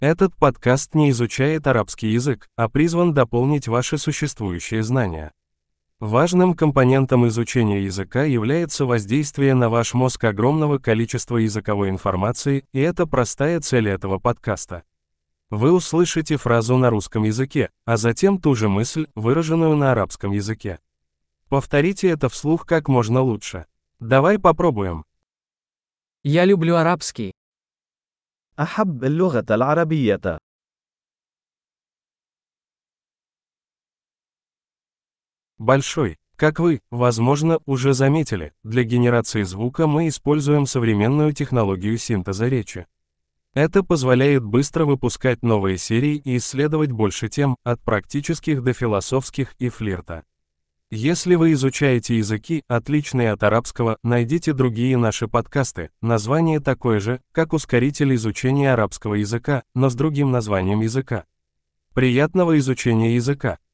Этот подкаст не изучает арабский язык, а призван дополнить ваши существующие знания. Важным компонентом изучения языка является воздействие на ваш мозг огромного количества языковой информации, и это простая цель этого подкаста. Вы услышите фразу на русском языке, а затем ту же мысль, выраженную на арабском языке. Повторите это вслух как можно лучше. Давай попробуем. Я люблю арабский. أحب اللغة العربية. Большой. Как вы, возможно, уже заметили, для генерации звука мы используем современную технологию синтеза речи. Это позволяет быстро выпускать новые серии и исследовать больше тем, от практических до философских и флирта. Если вы изучаете языки, отличные от арабского, найдите другие наши подкасты. Название такое же, как ускоритель изучения арабского языка, но с другим названием языка. Приятного изучения языка!